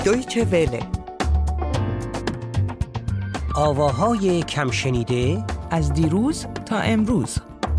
دویچه وله. آواهای کم شنیده از دیروز تا امروز.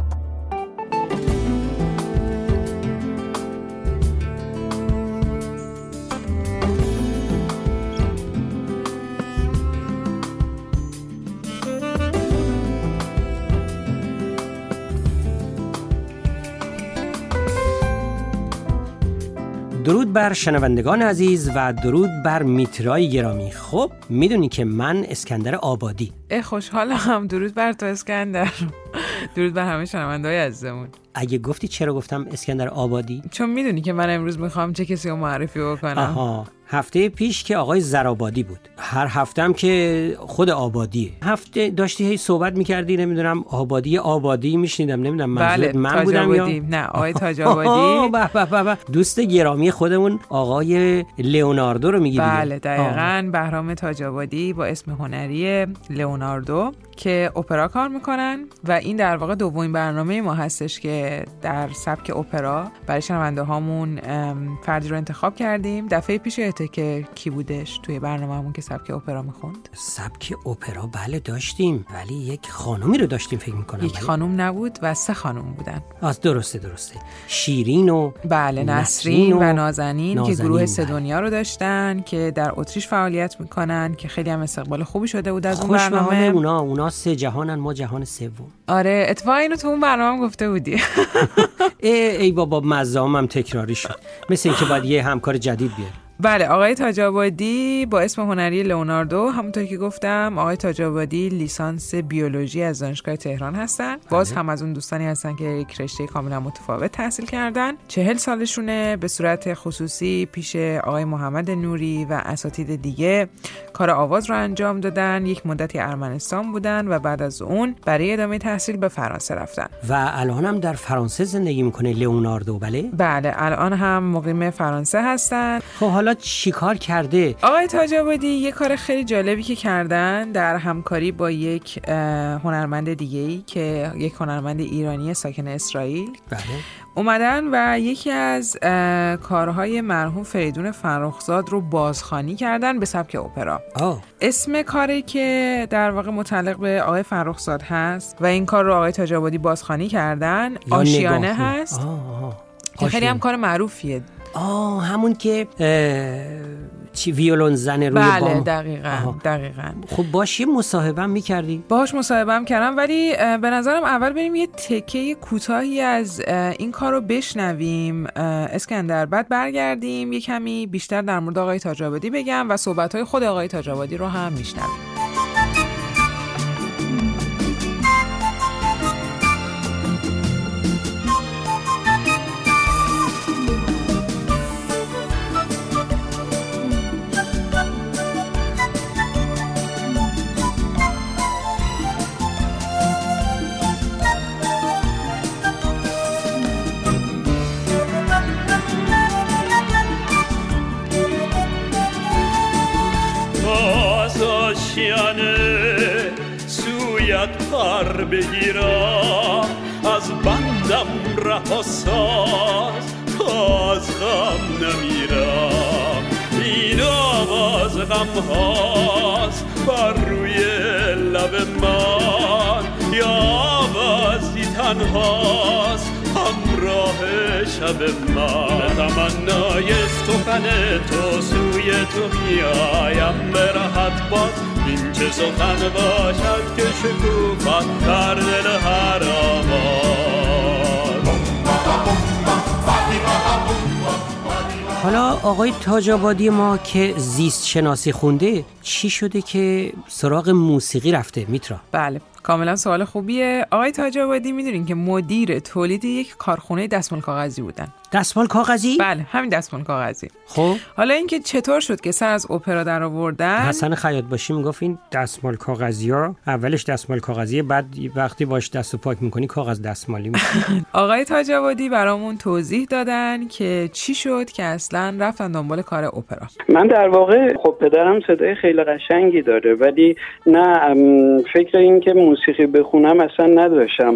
درود بر شنوندگان عزیز و درود بر میترای گرامی. خب میدونی که من اسکندر آبادی. خوشحالم. درود بر تو اسکندر. درود بر همه شنونده‌های عزیزمون. اگه گفتی چرا گفتم اسکندر آبادی؟ چون میدونی که من امروز میخوام چه کسی رو معرفی بکنم. آها، هفته پیش که آقای زرآبادی بود، هر هفتم که خود آبادیه. هفته داشتی هی صحبت میکردی، نمیدونم آبادی میشنیدم، نمیدونم منظورت من بودم یا نه آقای تاج آبادی. دوست گرامی خودمون آقای لئوناردو رو میگی؟ بله دقیقاً، بهرام تاج آبادی با اسم هنری لئوناردو که اپرا کار میکنن و این در واقع دومین برنامه ما هستش که در سبک اپرا برای شنونده هامون فردی رو انتخاب کردیم. دفعه پیش که کی بودش توی برنامه‌مون که سبک اپرا میخوند؟ سبک اپرا بله داشتیم، ولی یک خانومی رو داشتیم فکر میکنم. یک خانوم نبود و 3 خانوم بودن. درسته. شیرین و بله نسرین و نازنین که گروه سدونیا رو داشتن که در اتریش فعالیت میکنن که خیلی هم استقبال خوبی شده بود از اون برنامه. اونا 3 جهانن، ما جهان سوم. آره اتفاقا اینو تو اون برنامه گفته بودی. ای بابا مزامم تکراری شد، مثل اینکه باید یه همکار جدید بیاری. بله آقای تاج آبادی با اسم هنری لئوناردو، همونطور که گفتم آقای تاج آبادی لیسانس بیولوژی از دانشگاه تهران هستن. باز هم از اون دوستانی هستن که یک رشته کاملا متفاوت تحصیل کردن. 40 سالشونه. به صورت خصوصی پیش آقای محمد نوری و اساتید دیگه کار آواز رو انجام دادن. یک مدتی ارمنستان بودن و بعد از اون برای ادامه تحصیل به فرانسه رفتن و الان هم در فرانسه زندگی میکنه لئوناردو. بله الان هم مقیم فرانسه هستن. خب حالا چی کار کرده آقای تاج آبادی؟ یه کار خیلی جالبی که کردن در همکاری با یک هنرمند دیگه‌ای که یک هنرمند ایرانی ساکن اسرائیل اومدن و یکی از کارهای مرحوم فریدون فرخزاد رو بازخوانی کردن به سبک اپرا. اسم کاری که در واقع متعلق به آقای فرخزاد هست و این کار رو آقای تاج آبادی بازخوانی کردن آشیانه هست که خیلی هم کار معروفیه. همون که ویولون زن روی بله بام. دقیقاً. خب باش یه مصاحبه می‌کردی؟ باهاش مصاحبه کردم، ولی به نظرم اول بریم یه تکه کوتاهی از این کار رو بشنویم اسکندر، بعد برگردیم یه کمی بیشتر در مورد آقای تاج آبادی بگم و صحبت‌های خود آقای تاج آبادی رو هم میشنویم. سویت پر بگیرم از بندم رها ساز تا از غم نمیرم. این آواز غم هاست بر روی لب من، یا آوازی تنهاست همراه شب من. تمنای سخن تو سوی تو میایم به راحت باز. این چه سخن باشد که شکوفت در دل هر آواز. حالا آقای تاج آبادی ما که زیست شناسی خونده، چی شده که سراغ موسیقی رفته میترا؟ بله کاملا سوال خوبیه. آقای تاج آبادی میدونین که مدیر تولید یک کارخونه دستمال کاغذی بودن. دستمال کاغذی؟ بله همین دستمال کاغذی. خب حالا اینکه چطور شد که سر از اپرا در آوردن؟ حسن خیاط باشی میگفت این دستمال کاغذی‌ها اولش دستمال کاغذیه، بعد وقتی باش دستو پاک میکنی کاغذ دستمالی میشه. آقای تاج آبادی برامون توضیح دادن که چی شد که اصلا رفتن دنبال کار اپرا. من در واقع خب پدرم صدای خیلی قشنگی داره، ولی نه فکر این که موسیقی بخونم اصلا نداشتم.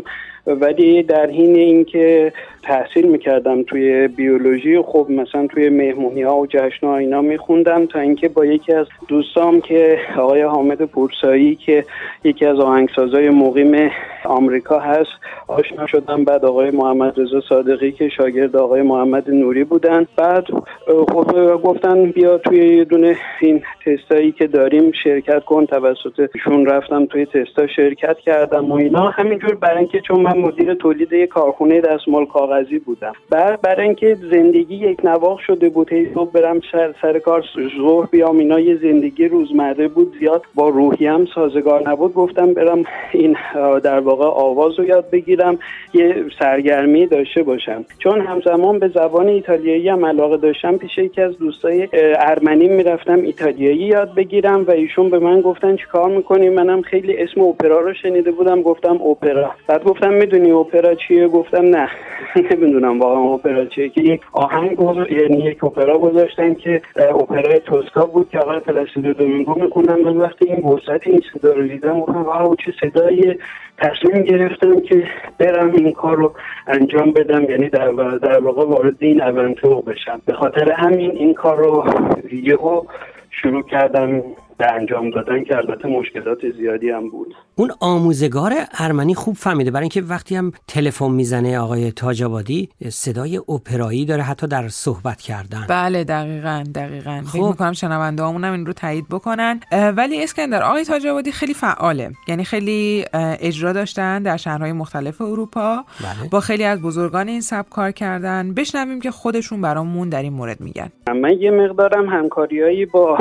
ولی در حین اینکه تحصیل میکردم توی بیولوژی، خب مثلا توی مهمونی‌ها و جشن‌ها اینا میخوندم، تا اینکه با یکی از دوستام که آقای حامد پورسایی که یکی از آهنگسازای مقیم آمریکا هست آشنا شدم. بعد آقای محمد رضا صادقی که شاگرد آقای محمد نوری بودن، بعد خب گفتن بیا توی یه دونه این تستایی که داریم شرکت کن، توسطشون رفتم توی تستا شرکت کردم و اینا. همینجور برای اینکه چون من مدیر تولید یک کارخونه دستمال کاغذی بودم، برای اینکه زندگی یک نواخت شده بود، هی صبح برم سر کار، ظهر بیام، اینا یه زندگی روزمره بود، زیاد با روحیم سازگار نبود. گفتم برم این در واقع آواز رو یاد بگیرم، یه سرگرمی داشته باشم. چون همزمان به زبان ایتالیایی هم علاقه داشتم، پیش یکی از دوستای ارمنی میرفتم ایتالیایی یاد بگیرم و ایشون به من گفتن چیکار میکنی؟ منم خیلی اسم اپرا رو شنیده بودم، گفتم اپرا. بعد گفتم میدونی اپرا چیه؟ گفتم نه نمیدونم واقعا اپرا چیه. که یک آهنگ یعنی یک اپرا گذاشتن که اپرای توسکا بود که آقای پلاسیدو دومینگو میخوندن. من وقتی این وسط این صدا رو دیدم گفتم واو چه صدایی. تصمیم گرفتم که برم این کار رو انجام بدم، یعنی در واقع وارد این اونتور بشم. به خاطر همین این کار رو یهو شروع کردم به انجام دادن که البته مشکلات زیادی هم بود. اون آموزگار ارمنی خوب فهمیده، برای اینکه وقتی هم تلفن میزنه آقای تاج‌آبادی صدای اپرایی داره حتی در صحبت کردن. بله دقیقاً فکر می‌کنم شنونده‌هامون هم این رو تایید بکنن. ولی اسکندر، آقای تاج‌آبادی خیلی فعاله، یعنی خیلی اجرا داشتن در شهرهای مختلف اروپا. بله. با خیلی از بزرگان این سبک کار کردن. بشنویم که خودشون برامون در این مورد میگن. من یه مقدارم همکاریایی با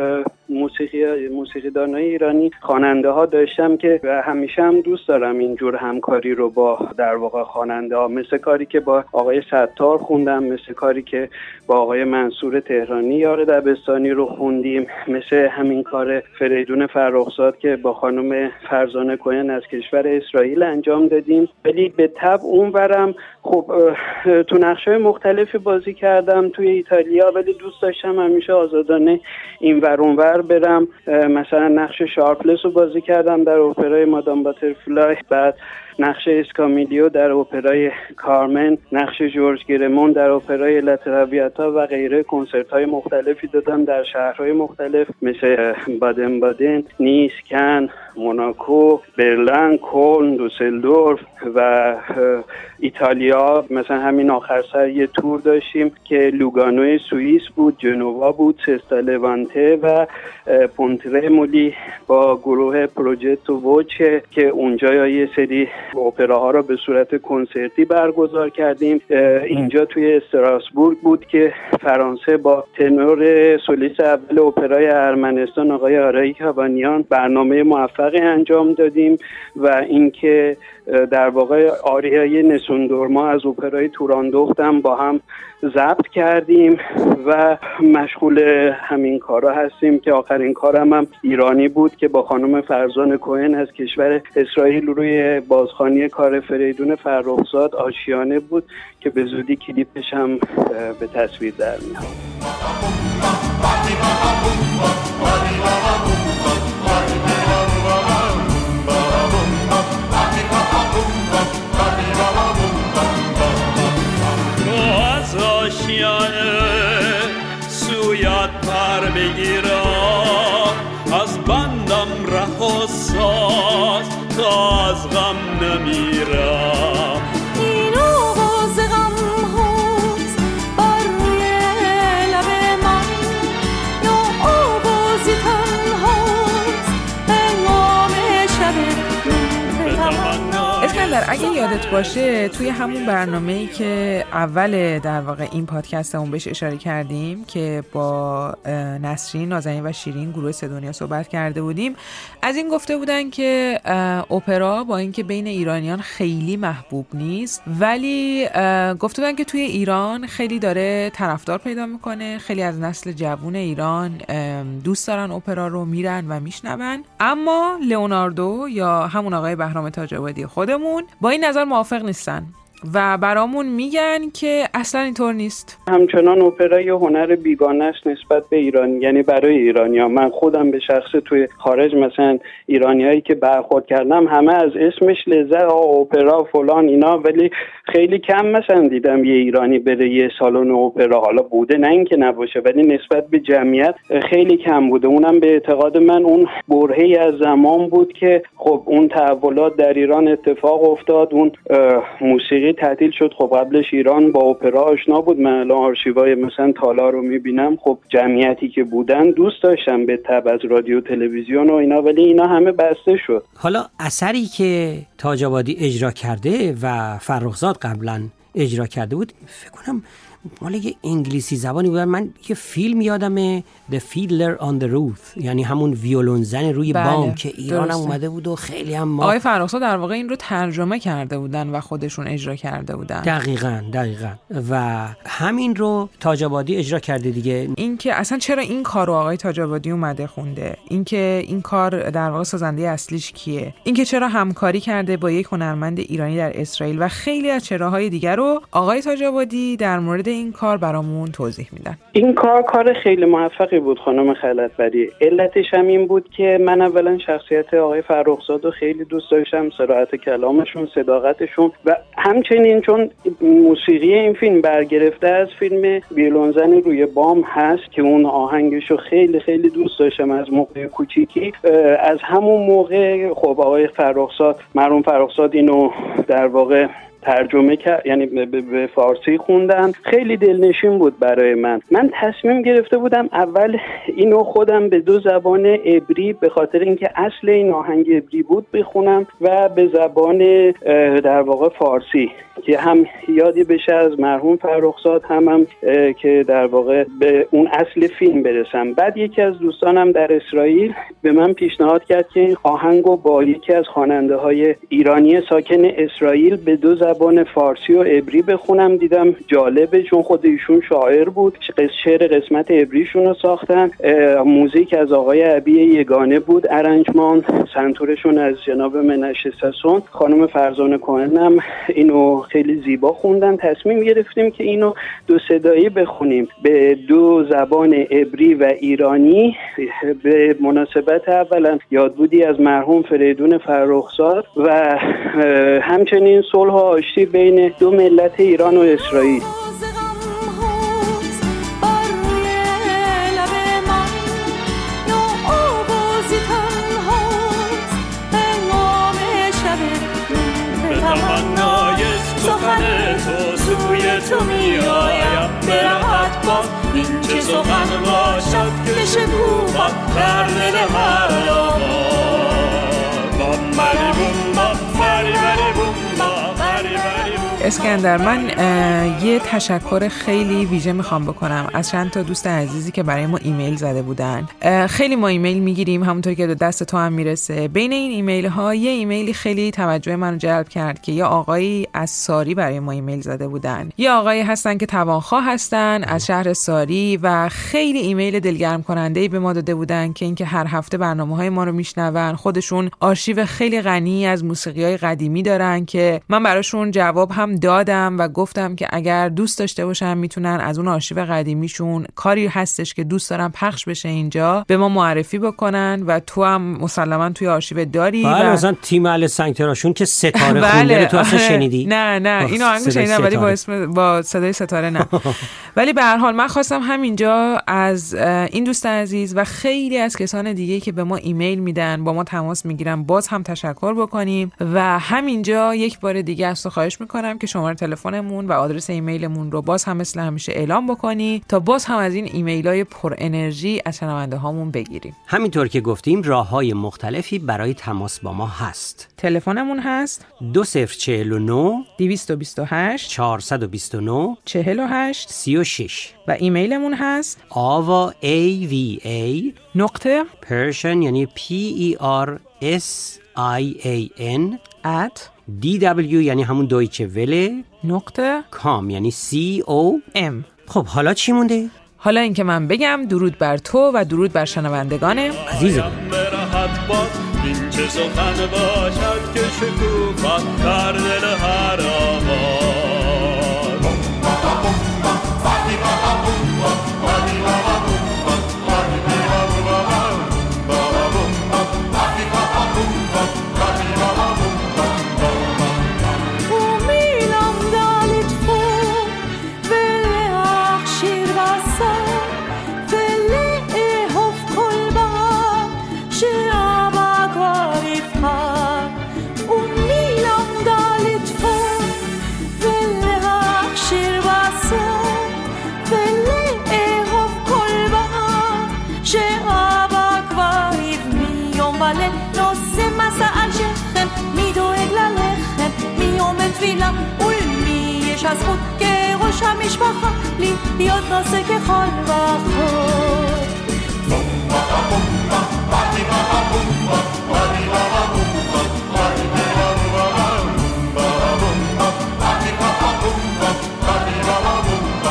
موسیقیدانای ایرانی خواننده ها داشتم که همیشه هم دوست دارم اینجور همکاری رو با در واقع خواننده ها، مثل کاری که با آقای ستار خوندم، مثل کاری که با آقای منصور تهرانی یار دبستانی رو خوندیم، مثل همین کار فریدون فرخزاد که با خانم فرزانه کوهن از کشور اسرائیل انجام دادیم. ولی به طبع اونورم خب تو نقشه‌های مختلفی بازی کردم توی ایتالیا، ولی دوست داشتم همیشه آزادانه این ور اون ور برم. مثلا نقش شارپلس رو بازی کردم در اپرای مادام باترفلای، بعد نقش اسکامیلیو در اپرای کارمن، نقش جورج گرمون در اپرای لاتراویاتا و غیره. کنسرت‌های مختلفی دادم در شهرهای مختلف مثل بادن بادن، نیس، کن، موناکو، برلین، کلن، دوسلدورف و ایتالیا. مثلا همین آخر سر یه تور داشتیم که لوگانو سوئیس بود، جنوا بود، سستا لوانته و پونترمولی با گروه پروژتو ووچه که اونجا یه سری اپراها رو به صورت کنسرتی برگزار کردیم. اینجا توی استراسبورگ بود که فرانسه با تنور سولیست اول اپرای ارمنستان آقای آرایی کابانیان برنامه موفقی انجام دادیم و اینکه در واقع آریای نسوندورما از اپرای توراندخت هم با هم ضبط کردیم و مشغول همین کارا هستیم که آخرین کارم هم ایرانی بود که با خانم فرزانه کوهن از کشور اسرائیل روی بازخوانی کار فریدون فرخزاد آشیانه بود که به زودی کلیپش هم به تصویر در میاد. سویت پر بگیرم از بندم رها ساز تا از غم نمیرم. این آواز غم هاست بر روی لب من، یا آوازی تنهاست هنگام شب اسکندر، اگه یادت باشه توی همون برنامه‌ای که اول در واقع این پادکستمون بهش اشاره کردیم که با نسرین نازنین و شیرین گروه سه دنیا صحبت کرده بودیم، از این گفته بودن که اپرا با اینکه بین ایرانیان خیلی محبوب نیست، ولی گفته بودن که توی ایران خیلی داره طرفدار پیدا میکنه، خیلی از نسل جوون ایران دوست دارن اپرا رو، میرن و میشنون. اما لئوناردو یا همون آقای بهرام تاج‌آبادی خودمون با این نظر موافق نیستن و برامون میگن که اصلا اینطور نیست. همچنان اپرا یه هنر بیگانه است نسبت به ایران، یعنی برای ایرانی‌ها. من خودم به شخص توی خارج مثلا ایرانیایی که برخورد کردم همه از اسمش لذت، اپرا فلان اینا، ولی خیلی کم مثلا دیدم یه ایرانی بره یه سالن اپرا. حالا بوده، نه اینکه نباشه، ولی نسبت به جمعیت خیلی کم بوده. اونم به اعتقاد من اون برهه‌ای از زمان بود که خب اون تحولات در ایران اتفاق افتاد، اون موسیقی تعطیل شد. خب قبلش ایران با اپرا آشنا بود. من الان آرشیوهای مثلا تالار رو میبینم، خب جمعیتی که بودن دوست داشتن به تبع از رادیو تلویزیون و اینا، ولی اینا همه بسته شد. حالا اثری که تاج آبادی اجرا کرده و فرخزاد قبلا اجرا کرده بود، فکر کنم مال یه انگلیسی زبانی بود. من یه فیلم یادمه The Fiddler on the Roof، یعنی همون ویولونزن روی بام که ایران هم اومده بود و خیلی هم آقای فرخزاد در واقع این رو ترجمه کرده بودن و خودشون اجرا کرده بودن. دقیقاً و همین رو تاج آبادی اجرا کرده دیگه. این که اصلا چرا این کار رو آقای تاج آبادی اومده خونده، این که این کار در واقع سازنده اصلیش کیه، این که چرا همکاری کرده با یک هنرمند ایرانی در اسرائیل و خیلی از چهره‌های دیگر رو آقای تاج آبادی در مورد این کار برامون توضیح میدن. این کار خیلی موفقی بود خانم خلعتوری. علتش هم این بود که من اولا شخصیت آقای فرخزاد رو خیلی دوست داشتم، صراحت کلامشون، صداقتشون، و همچنین چون موسیقی این فیلم برگرفته از فیلم ویولونزن روی بام هست که اون آهنگش رو خیلی خیلی دوست داشتم از موقع کوچیکی. از همون موقع خب آقای فرخزاد، مرحوم فرخزاد، اینو در واقع ترجمه کرد، یعنی به فارسی خوندن. خیلی دلنشین بود برای من. من تصمیم گرفته بودم اول اینو خودم به دو زبان عبری، به خاطر اینکه اصل این آهنگ عبری بود، بخونم و به زبان در واقع فارسی که هم یادی بشه از مرحوم فرخزاد، هم که در واقع به اون اصل فیلم برسم. بعد یکی از دوستانم در اسرائیل به من پیشنهاد کرد که این آهنگو با یکی از خواننده‌های ایرانی ساکن اسرائیل به دو زبان فارسی و عبری بخونم. دیدم جالبه، چون خود ایشون شاعر بود، شعر قسمت عبریشون رو ساختن. موزیک از آقای عبی یگانه بود، ارنجمان سنتورشون از جناب منشه ساسون، خانم فرزانه کهنم اینو خیلی زیبا خوندن. تصمیم گرفتیم که اینو دو صدایی بخونیم به دو زبان عبری و ایرانی به مناسبت اولا یادبودی از مرحوم فریدون فرخزاد و همچنین صلح و آشتی بین دو ملت ایران و اسرائیل. تو می آیم برهت با این که سخن باشد که شکوفت در دل هر آباد. بام بری بوم بام بری بری بوم بام بری بری بوم. اسکندر، من یه تشکر خیلی ویژه میخوام بکنم از چند تا دوست عزیزی که برای ما ایمیل زده بودن. خیلی ما ایمیل میگیریم، همونطور که دست تو هم میرسه. بین این ایمیل ها یه ایمیلی خیلی توجه منو جلب کرد که یه آقایی از ساری برای ما ایمیل زده بودن. یه آقایی هستن که توانخواه هستن از شهر ساری و خیلی ایمیل دلگرم کننده‌ای به ما داده بودن که اینکه هر هفته برنامه‌های ما رو میشنون. خودشون آرشیو خیلی غنی از موسیقی‌های قدیمی دارن که من براشون جواب هم دادم و گفتم که اگر دوست داشته باشن میتونن از اون آرشیو قدیمیشون کاری هستش که دوست دارن پخش بشه اینجا به ما معرفی بکنن و تو هم مسلما توی آرشیو داری. بله، مثلا تیم اهل سنگتراشون که ستاره خونده تو اصلا شنیدی؟ نه اینو آهنگو شنیدم ولی با صدای ستاره نه. ولی به هر حال من خواستم همینجا از این دوست عزیز و خیلی از کسان دیگه که به ما ایمیل میدن، با ما تماس میگیرن، باز هم تشکر بکنیم و همینجا یک بار دیگه از تو خواهش میکنم که شماره تلفنمون و آدرس ایمیلمون رو باز هم مثل همیشه اعلام بکنی تا باز هم از این ایمیل‌های پر انرژی از شنونده هامون بگیریم. همینطور که گفتیم راه‌های مختلفی برای تماس با ما هست. تلفنمون هست 2049 228 429 48 36 و ایمیلمون هست ava@persian یعنی PERSIAN DW یعنی همون دویچه وله .com یعنی COM. خب حالا چی مونده؟ حالا اینکه من بگم درود بر تو و درود بر شنوندگان عزیزم. این چه سخن باشد که شکوفت در دل هر آباد. entweder ulmisch as gut gerusch am ich wacha li jod nase ke khalwacha bumba bumba bari baba bumba bari baba bumba bari baba bumba bumba bari baba bumba bari baba bumba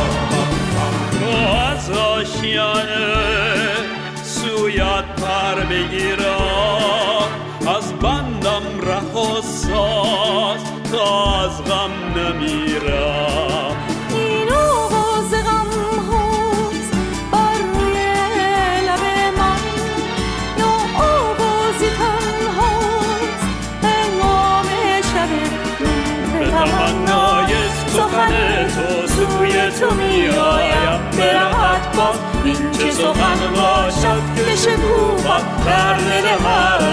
az oshiyane suyat par begira az bandam rahosas az gam namira ino voz gam hos bar roye labe man yo ovozi tanhos hengame shabe betamannay sukhan to suye to miyayam berahat bas in che sukhan bashad ke shkubat dar dil har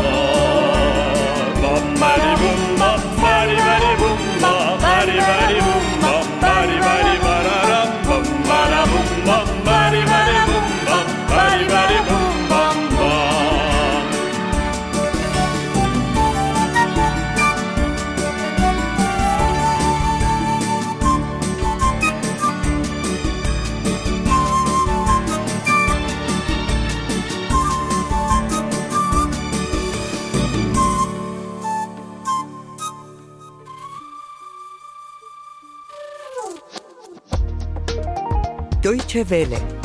bari bumba bari bari bumba bari bari bumba bari bari bararam bumba bumba bari bari bumba bari bari bumba Deutsche Welle.